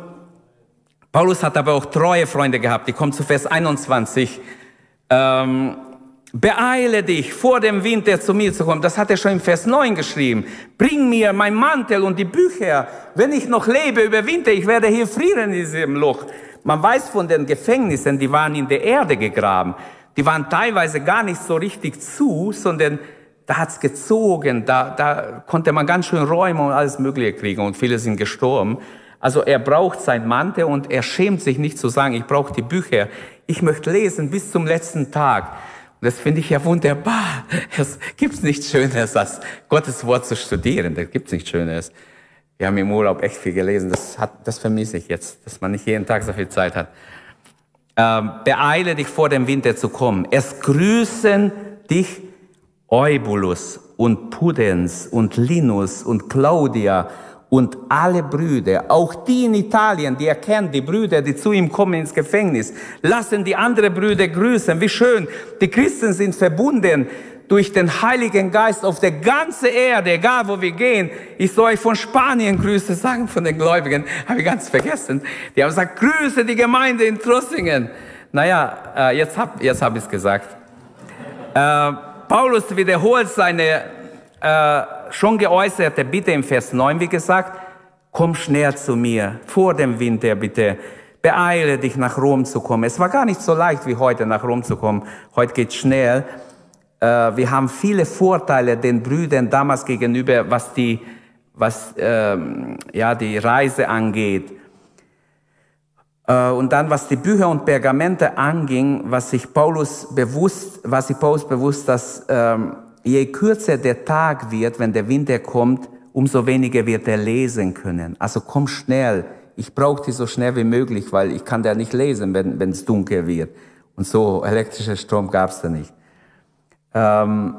Paulus hat aber auch treue Freunde gehabt. Die kommen zu Vers einundzwanzig. Ähm, Beeile dich, vor dem Winter zu mir zu kommen. Das hat er schon im Vers neun geschrieben. Bring mir mein Mantel und die Bücher. Wenn ich noch lebe über Winter, ich werde hier frieren in diesem Loch. Man weiß von den Gefängnissen, die waren in der Erde gegraben. Die waren teilweise gar nicht so richtig zu, sondern da hat's gezogen. Da, da konnte man ganz schön Räume und alles Mögliche kriegen und viele sind gestorben. Also er braucht sein Mantel und er schämt sich nicht zu sagen, ich brauche die Bücher. Ich möchte lesen bis zum letzten Tag. Und das finde ich ja wunderbar. Es gibt nichts Schöneres, als Gottes Wort zu studieren. Da gibt es nichts Schöneres. Wir haben im Urlaub echt viel gelesen. Das, hat, das vermisse ich jetzt, dass man nicht jeden Tag so viel Zeit hat. Ähm, beeile dich, vor dem Winter zu kommen. Es grüßen dich Eubulus und Pudens und Linus und Claudia und alle Brüder, auch die in Italien, die erkennen, die Brüder, die zu ihm kommen ins Gefängnis, lassen die anderen Brüder grüßen. Wie schön, die Christen sind verbunden durch den Heiligen Geist auf der ganzen Erde, egal wo wir gehen. Ich soll euch von Spanien Grüße sagen, von den Gläubigen, habe ich ganz vergessen. Die haben gesagt, grüße die Gemeinde in Trossingen. Naja, äh, jetzt habe jetzt hab ich es gesagt. Äh, Paulus wiederholt seine äh, schon geäußerte Bitte im Vers neun, wie gesagt, komm schnell zu mir, vor dem Winter bitte, beeile dich nach Rom zu kommen. Es war gar nicht so leicht wie heute nach Rom zu kommen, heute geht's schnell. Äh, wir haben viele Vorteile den Brüdern damals gegenüber, was die, was, ähm, ja, die Reise angeht. Äh, und dann, was die Bücher und Pergamente anging, was sich Paulus bewusst, was sich Paulus bewusst, dass ähm, je kürzer der Tag wird, wenn der Winter kommt, umso weniger wird er lesen können. Also komm schnell. Ich brauche die so schnell wie möglich, weil ich kann da nicht lesen, wenn wenn es dunkel wird. Und so elektrischer Strom gab es da nicht. Ähm,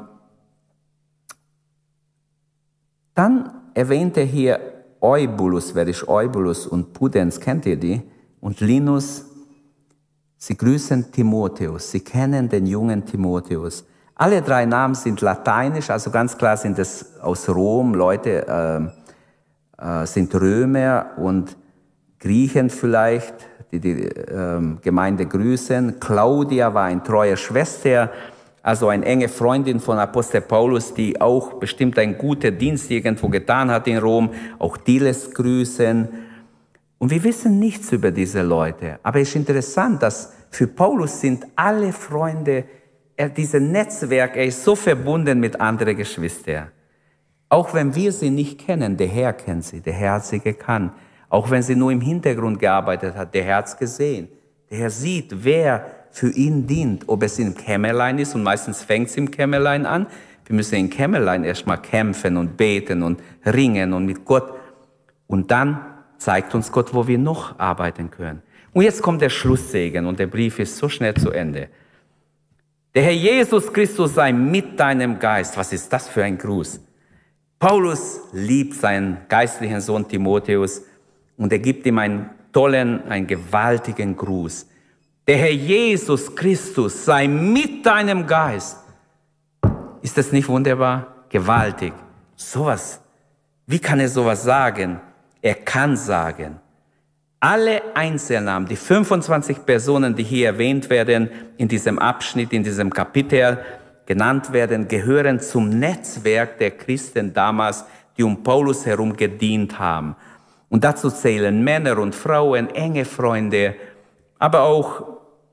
dann erwähnt er hier Eubulus, wer ist Eubulus und Pudens, kennt ihr die? Und Linus, sie grüßen Timotheus, sie kennen den jungen Timotheus. Alle drei Namen sind lateinisch, also ganz klar sind es aus Rom, Leute äh, äh, sind Römer und Griechen vielleicht, die die äh, Gemeinde grüßen. Claudia war eine treue Schwester, also eine enge Freundin von Apostel Paulus, die auch bestimmt einen guten Dienst irgendwo getan hat in Rom. Auch die lässt grüßen. Und wir wissen nichts über diese Leute. Aber es ist interessant, dass für Paulus sind alle Freunde, er, dieses Netzwerk, er ist so verbunden mit anderen Geschwistern. Auch wenn wir sie nicht kennen, der Herr kennt sie, der Herr hat sie gekannt. Auch wenn sie nur im Hintergrund gearbeitet hat, der Herr hat es gesehen. Der Herr sieht, wer für ihn dient, ob es im Kämmerlein ist, und meistens fängt es im Kämmerlein an. Wir müssen im Kämmerlein erstmal kämpfen und beten und ringen und mit Gott. Und dann zeigt uns Gott, wo wir noch arbeiten können. Und jetzt kommt der Schlusssegen und der Brief ist so schnell zu Ende. Der Herr Jesus Christus sei mit deinem Geist. Was ist das für ein Gruß? Paulus liebt seinen geistlichen Sohn Timotheus und er gibt ihm einen tollen, einen gewaltigen Gruß. Der Herr Jesus Christus sei mit deinem Geist. Ist das nicht wunderbar? Gewaltig. Sowas. Wie kann er sowas sagen? Er kann sagen. Alle Einzelnamen, die fünfundzwanzig Personen, die hier erwähnt werden, in diesem Abschnitt, in diesem Kapitel genannt werden, gehören zum Netzwerk der Christen damals, die um Paulus herum gedient haben. Und dazu zählen Männer und Frauen, enge Freunde, aber auch,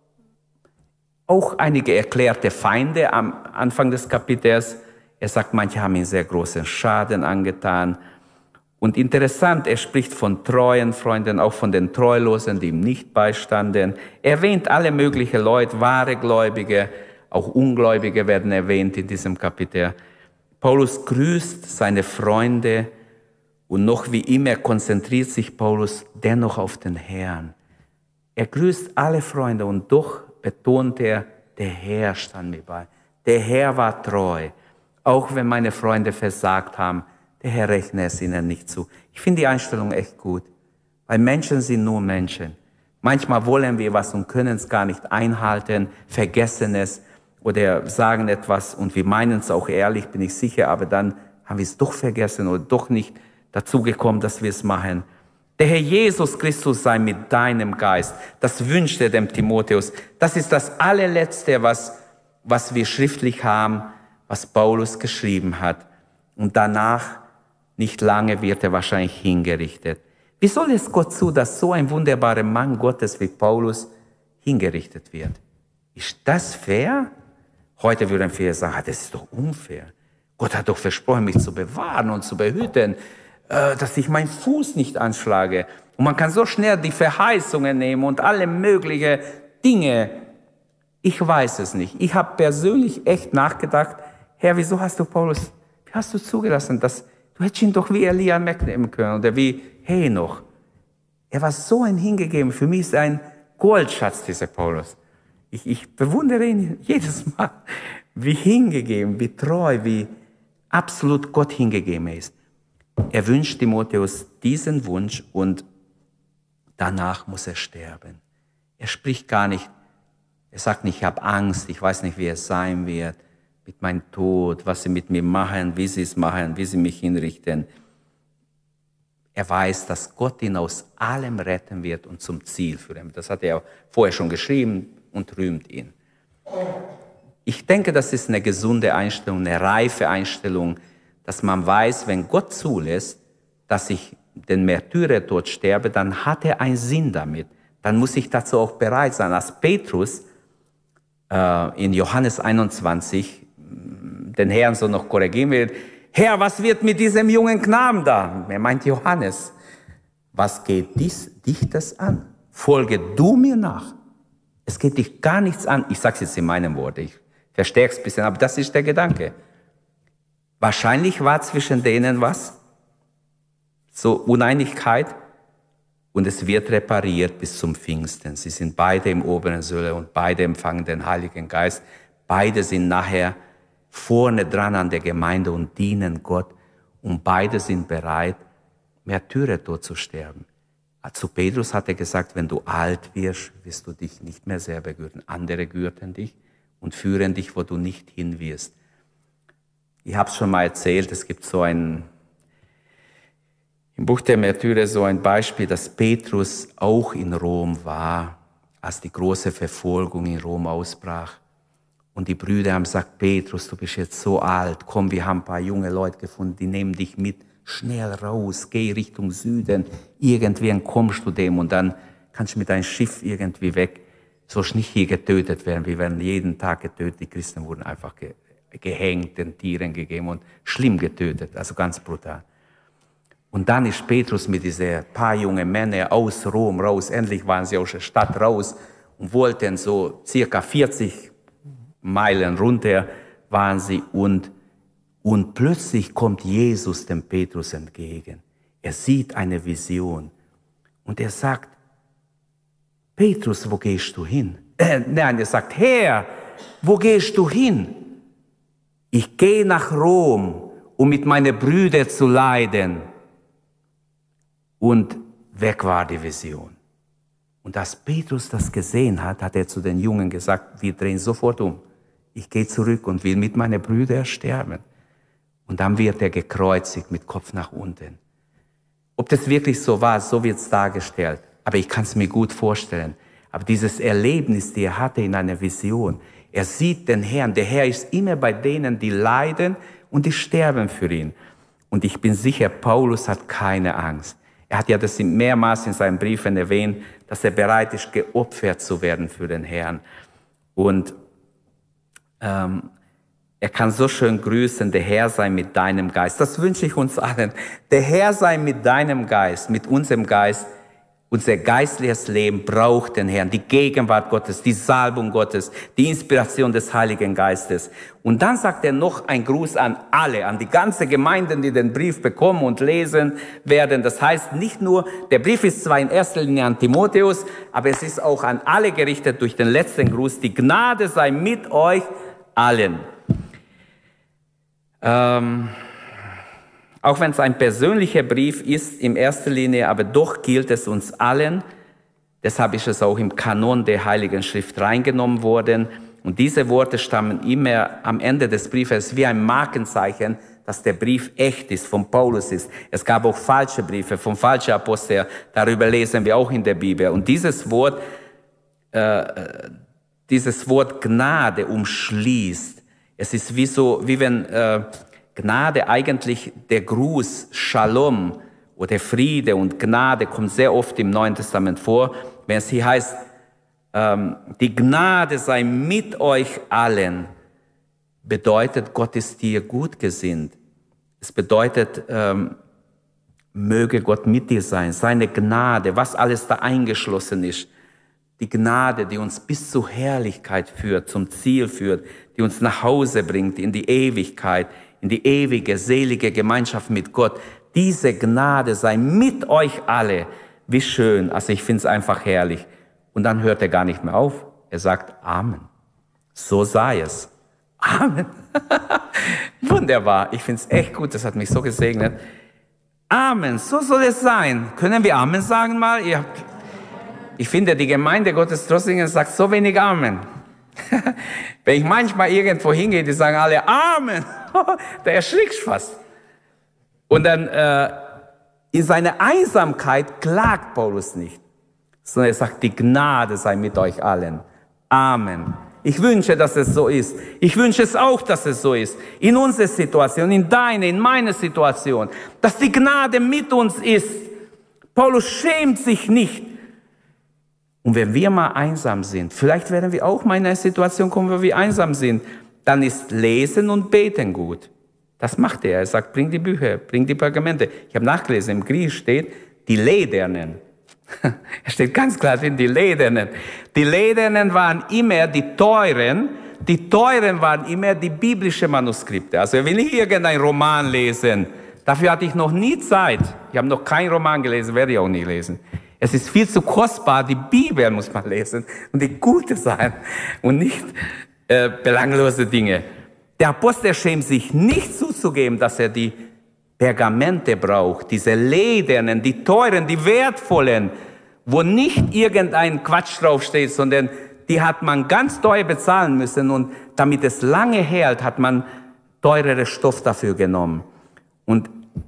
auch einige erklärte Feinde am Anfang des Kapitels. Er sagt, manche haben ihm sehr großen Schaden angetan. Und interessant, er spricht von treuen Freunden, auch von den Treulosen, die ihm nicht beistanden. Er erwähnt alle möglichen Leute, wahre Gläubige, auch Ungläubige werden erwähnt in diesem Kapitel. Paulus grüßt seine Freunde und noch wie immer konzentriert sich Paulus dennoch auf den Herrn. Er grüßt alle Freunde und doch betont er, der Herr stand mir bei. Der Herr war treu, auch wenn meine Freunde versagt haben. Der Herr rechnet es ihnen nicht zu. Ich finde die Einstellung echt gut, weil Menschen sind nur Menschen. Manchmal wollen wir was und können es gar nicht einhalten, vergessen es oder sagen etwas und wir meinen es auch ehrlich, bin ich sicher, aber dann haben wir es doch vergessen oder doch nicht dazu gekommen, dass wir es machen. Der Herr Jesus Christus sei mit deinem Geist. Das wünscht er dem Timotheus. Das ist das allerletzte, was, was wir schriftlich haben, was Paulus geschrieben hat. Und danach, nicht lange, wird er wahrscheinlich hingerichtet. Wie soll es Gott zu, dass so ein wunderbarer Mann Gottes wie Paulus hingerichtet wird? Ist das fair? Heute würden viele sagen, ah, das ist doch unfair. Gott hat doch versprochen, mich zu bewahren und zu behüten, äh, dass ich meinen Fuß nicht anschlage. Und man kann so schnell die Verheißungen nehmen und alle möglichen Dinge. Ich weiß es nicht. Ich habe persönlich echt nachgedacht, Herr, wieso hast du Paulus, wie hast du zugelassen, dass du hättest ihn doch wie Elia wegnehmen können oder wie Henoch. Er war so ein hingegeben. Für mich ist er ein Goldschatz, dieser Paulus. Ich, ich bewundere ihn jedes Mal, wie hingegeben, wie treu, wie absolut Gott hingegeben er ist. Er wünscht Timotheus diesen Wunsch und danach muss er sterben. Er spricht gar nicht, er sagt nicht, ich habe Angst, ich weiß nicht, wie es sein wird, mit meinem Tod, was sie mit mir machen, wie sie es machen, wie sie mich hinrichten. Er weiß, dass Gott ihn aus allem retten wird und zum Ziel führen. Das hat er vorher schon geschrieben und rühmt ihn. Ich denke, das ist eine gesunde Einstellung, eine reife Einstellung, dass man weiß, wenn Gott zulässt, dass ich den Märtyrertod sterbe, dann hat er einen Sinn damit. Dann muss ich dazu auch bereit sein. Als Petrus äh, in Johannes einundzwanzig den Herrn so noch korrigieren will, Herr, was wird mit diesem jungen Knaben da? Er meint Johannes. Was geht dies, dich das an? Folge du mir nach. Es geht dich gar nichts an. Ich sage es jetzt in meinen Worten, ich verstärke es ein bisschen, aber das ist der Gedanke. Wahrscheinlich war zwischen denen was? So Uneinigkeit. Und es wird repariert bis zum Pfingsten. Sie sind beide im oberen Säule und beide empfangen den Heiligen Geist. Beide sind nachher vorne dran an der Gemeinde und dienen Gott. Und beide sind bereit, Märtyrertod zu sterben. Zu Petrus hat er gesagt, wenn du alt wirst, wirst du dich nicht mehr selber gürten. Andere gürten dich und führen dich, wo du nicht hin wirst. Ich habe es schon mal erzählt, es gibt so ein, im Buch der Märtyrer so ein Beispiel, dass Petrus auch in Rom war, als die große Verfolgung in Rom ausbrach. Und die Brüder haben gesagt, Petrus, du bist jetzt so alt, komm, wir haben ein paar junge Leute gefunden, die nehmen dich mit, schnell raus, geh Richtung Süden, irgendwann kommst du dem und dann kannst du mit deinem Schiff irgendwie weg. Sollst nicht hier getötet werden, wir werden jeden Tag getötet, die Christen wurden einfach ge gehängt, den Tieren gegeben und schlimm getötet, also ganz brutal. Und dann ist Petrus mit diesen paar jungen Männern aus Rom raus, endlich waren sie aus der Stadt raus und wollten so circa vierzig Meilen runter waren sie und, und plötzlich kommt Jesus dem Petrus entgegen. Er sieht eine Vision und er sagt, Petrus, wo gehst du hin? Äh, nein, er sagt, Herr, wo gehst du hin? Ich gehe nach Rom, um mit meinen Brüdern zu leiden. Und weg war die Vision. Und als Petrus das gesehen hat, hat er zu den Jungen gesagt, wir drehen sofort um. Ich gehe zurück und will mit meinen Brüdern sterben. Und dann wird er gekreuzigt mit Kopf nach unten. Ob das wirklich so war, so wird es dargestellt. Aber ich kann es mir gut vorstellen. Aber dieses Erlebnis, das er hatte in einer Vision, er sieht den Herrn. Der Herr ist immer bei denen, die leiden und die sterben für ihn. Und ich bin sicher, Paulus hat keine Angst. Er hat ja das mehrmals in seinen Briefen erwähnt, dass er bereit ist, geopfert zu werden für den Herrn. Und ähm, er kann so schön grüßen, der Herr sei mit deinem Geist. Das wünsche ich uns allen. Der Herr sei mit deinem Geist, mit unserem Geist. Unser geistliches Leben braucht den Herrn, die Gegenwart Gottes, die Salbung Gottes, die Inspiration des Heiligen Geistes. Und dann sagt er noch einen Gruß an alle, an die ganze Gemeinde, die den Brief bekommen und lesen werden. Das heißt nicht nur, der Brief ist zwar in erster Linie an Timotheus, aber es ist auch an alle gerichtet durch den letzten Gruß. Die Gnade sei mit euch allen. Ähm... Auch wenn es ein persönlicher Brief ist, in erster Linie, aber doch gilt es uns allen. Deshalb ist es auch im Kanon der Heiligen Schrift reingenommen worden. Und diese Worte stammen immer am Ende des Briefes wie ein Markenzeichen, dass der Brief echt ist, von Paulus ist. Es gab auch falsche Briefe von falschen Aposteln. Darüber lesen wir auch in der Bibel. Und dieses Wort, äh, dieses Wort Gnade umschließt. Es ist wie so, wie wenn äh, Gnade eigentlich der Gruß Shalom oder Friede und Gnade kommt sehr oft im Neuen Testament vor, wenn es hier heißt, ähm, die Gnade sei mit euch allen, bedeutet, Gott ist dir gut gesinnt. Es bedeutet, ähm, möge Gott mit dir sein, seine Gnade, was alles da eingeschlossen ist. Die Gnade, die uns bis zur Herrlichkeit führt, zum Ziel führt, die uns nach Hause bringt, in die Ewigkeit, in die ewige, selige Gemeinschaft mit Gott. Diese Gnade sei mit euch alle. Wie schön. Also ich finde es einfach herrlich. Und dann hört er gar nicht mehr auf. Er sagt Amen. So sei es. Amen. Wunderbar. Ich finde es echt gut. Das hat mich so gesegnet. Amen. So soll es sein. Können wir Amen sagen mal? Ihr habt Ich finde, die Gemeinde Gottes Trossingen sagt so wenig Amen. Wenn ich manchmal irgendwo hingehe, die sagen alle Amen. Da erschrickst du fast. Und dann äh, in seiner Einsamkeit klagt Paulus nicht, sondern er sagt, die Gnade sei mit euch allen. Amen. Ich wünsche, dass es so ist. Ich wünsche es auch, dass es so ist. In unserer Situation, in deiner, in meiner Situation. Dass die Gnade mit uns ist. Paulus schämt sich nicht. Und wenn wir mal einsam sind, vielleicht werden wir auch mal in eine Situation kommen, wo wir einsam sind, dann ist Lesen und Beten gut. Das macht er. Er sagt, bring die Bücher, bring die Pergamente. Ich habe nachgelesen, im Griechisch steht, die Ledernen. Er steht ganz klar drin, die Ledernen. Die Ledernen waren immer die teuren, die teuren waren immer die biblischen Manuskripte. Also wenn ich irgendeinen Roman lesen, dafür hatte ich noch nie Zeit. Ich habe noch keinen Roman gelesen, werde ich auch nie lesen. Es ist viel zu kostbar, die Bibel muss man lesen und die gute sein und nicht äh, belanglose Dinge. Der Apostel schämt sich nicht zuzugeben, dass er die Pergamente braucht, diese ledernen, die teuren, die wertvollen, wo nicht irgendein Quatsch draufsteht, sondern die hat man ganz teuer bezahlen müssen und damit es lange hält, hat man teurere Stoff dafür genommen. Und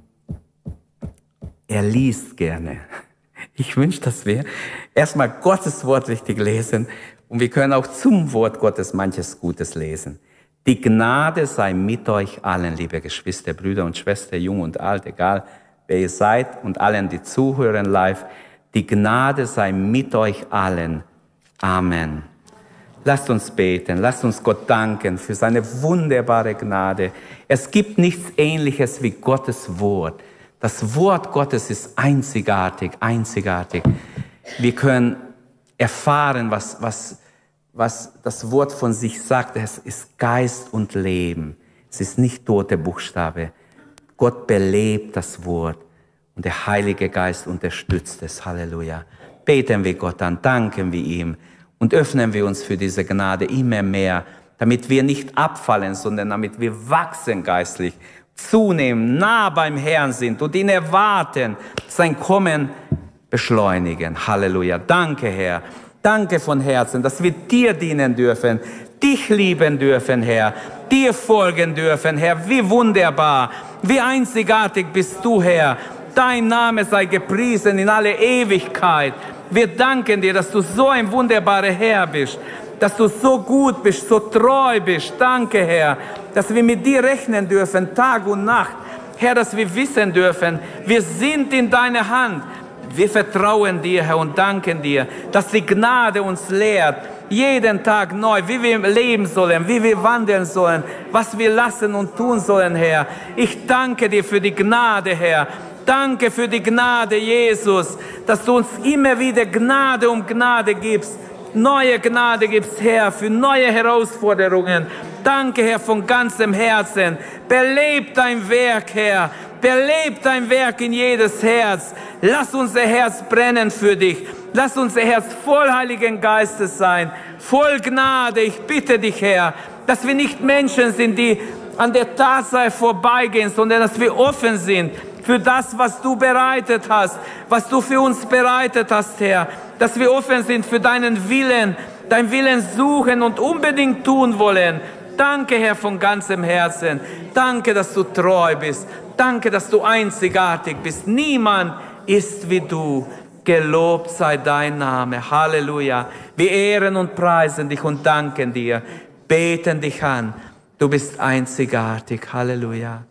er liest gerne. Ich wünsche, dass wir erstmal Gottes Wort richtig lesen und wir können auch zum Wort Gottes manches Gutes lesen. Die Gnade sei mit euch allen, liebe Geschwister, Brüder und Schwestern, jung und alt, egal wer ihr seid und allen, die zuhören live. Die Gnade sei mit euch allen. Amen. Lasst uns beten, lasst uns Gott danken für seine wunderbare Gnade. Es gibt nichts Ähnliches wie Gottes Wort. Das Wort Gottes ist einzigartig, einzigartig. Wir können erfahren, was, was, was das Wort von sich sagt. Es ist Geist und Leben. Es ist nicht tote Buchstabe. Gott belebt das Wort und der Heilige Geist unterstützt es. Halleluja. Beten wir Gott an, danken wir ihm und öffnen wir uns für diese Gnade immer mehr, damit wir nicht abfallen, sondern damit wir wachsen geistlich, zunehmen, nah beim Herrn sind und ihn erwarten, sein Kommen beschleunigen. Halleluja. Danke, Herr. Danke von Herzen, dass wir dir dienen dürfen, dich lieben dürfen, Herr, dir folgen dürfen, Herr. Wie wunderbar, wie einzigartig bist du, Herr. Dein Name sei gepriesen in alle Ewigkeit. Wir danken dir, dass du so ein wunderbarer Herr bist, dass du so gut bist, so treu bist. Danke, Herr, dass wir mit dir rechnen dürfen, Tag und Nacht. Herr, dass wir wissen dürfen, wir sind in deiner Hand. Wir vertrauen dir, Herr, und danken dir, dass die Gnade uns lehrt, jeden Tag neu, wie wir leben sollen, wie wir wandeln sollen, was wir lassen und tun sollen, Herr. Ich danke dir für die Gnade, Herr. Danke für die Gnade, Jesus, dass du uns immer wieder Gnade um Gnade gibst. Neue Gnade gibst, Herr, für neue Herausforderungen. Danke, Herr, von ganzem Herzen. Belebt dein Werk, Herr. Belebt dein Werk in jedes Herz. Lass unser Herz brennen für dich. Lass unser Herz voll Heiligen Geistes sein. Voll Gnade. Ich bitte dich, Herr, dass wir nicht Menschen sind, die an der Tatsache vorbeigehen, sondern dass wir offen sind für das, was du bereitet hast, was du für uns bereitet hast, Herr. Dass wir offen sind für deinen Willen, deinen Willen suchen und unbedingt tun wollen. Danke, Herr, von ganzem Herzen. Danke, dass du treu bist. Danke, dass du einzigartig bist. Niemand ist wie du. Gelobt sei dein Name. Halleluja. Wir ehren und preisen dich und danken dir. Beten dich an. Du bist einzigartig. Halleluja.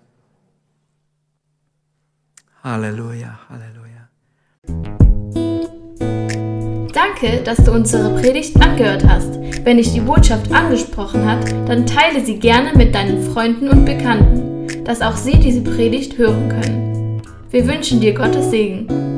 Halleluja. Halleluja.
Danke, dass du unsere Predigt angehört hast. Wenn dich die Botschaft angesprochen hat, dann teile sie gerne mit deinen Freunden und Bekannten, dass auch sie diese Predigt hören können. Wir wünschen dir Gottes Segen.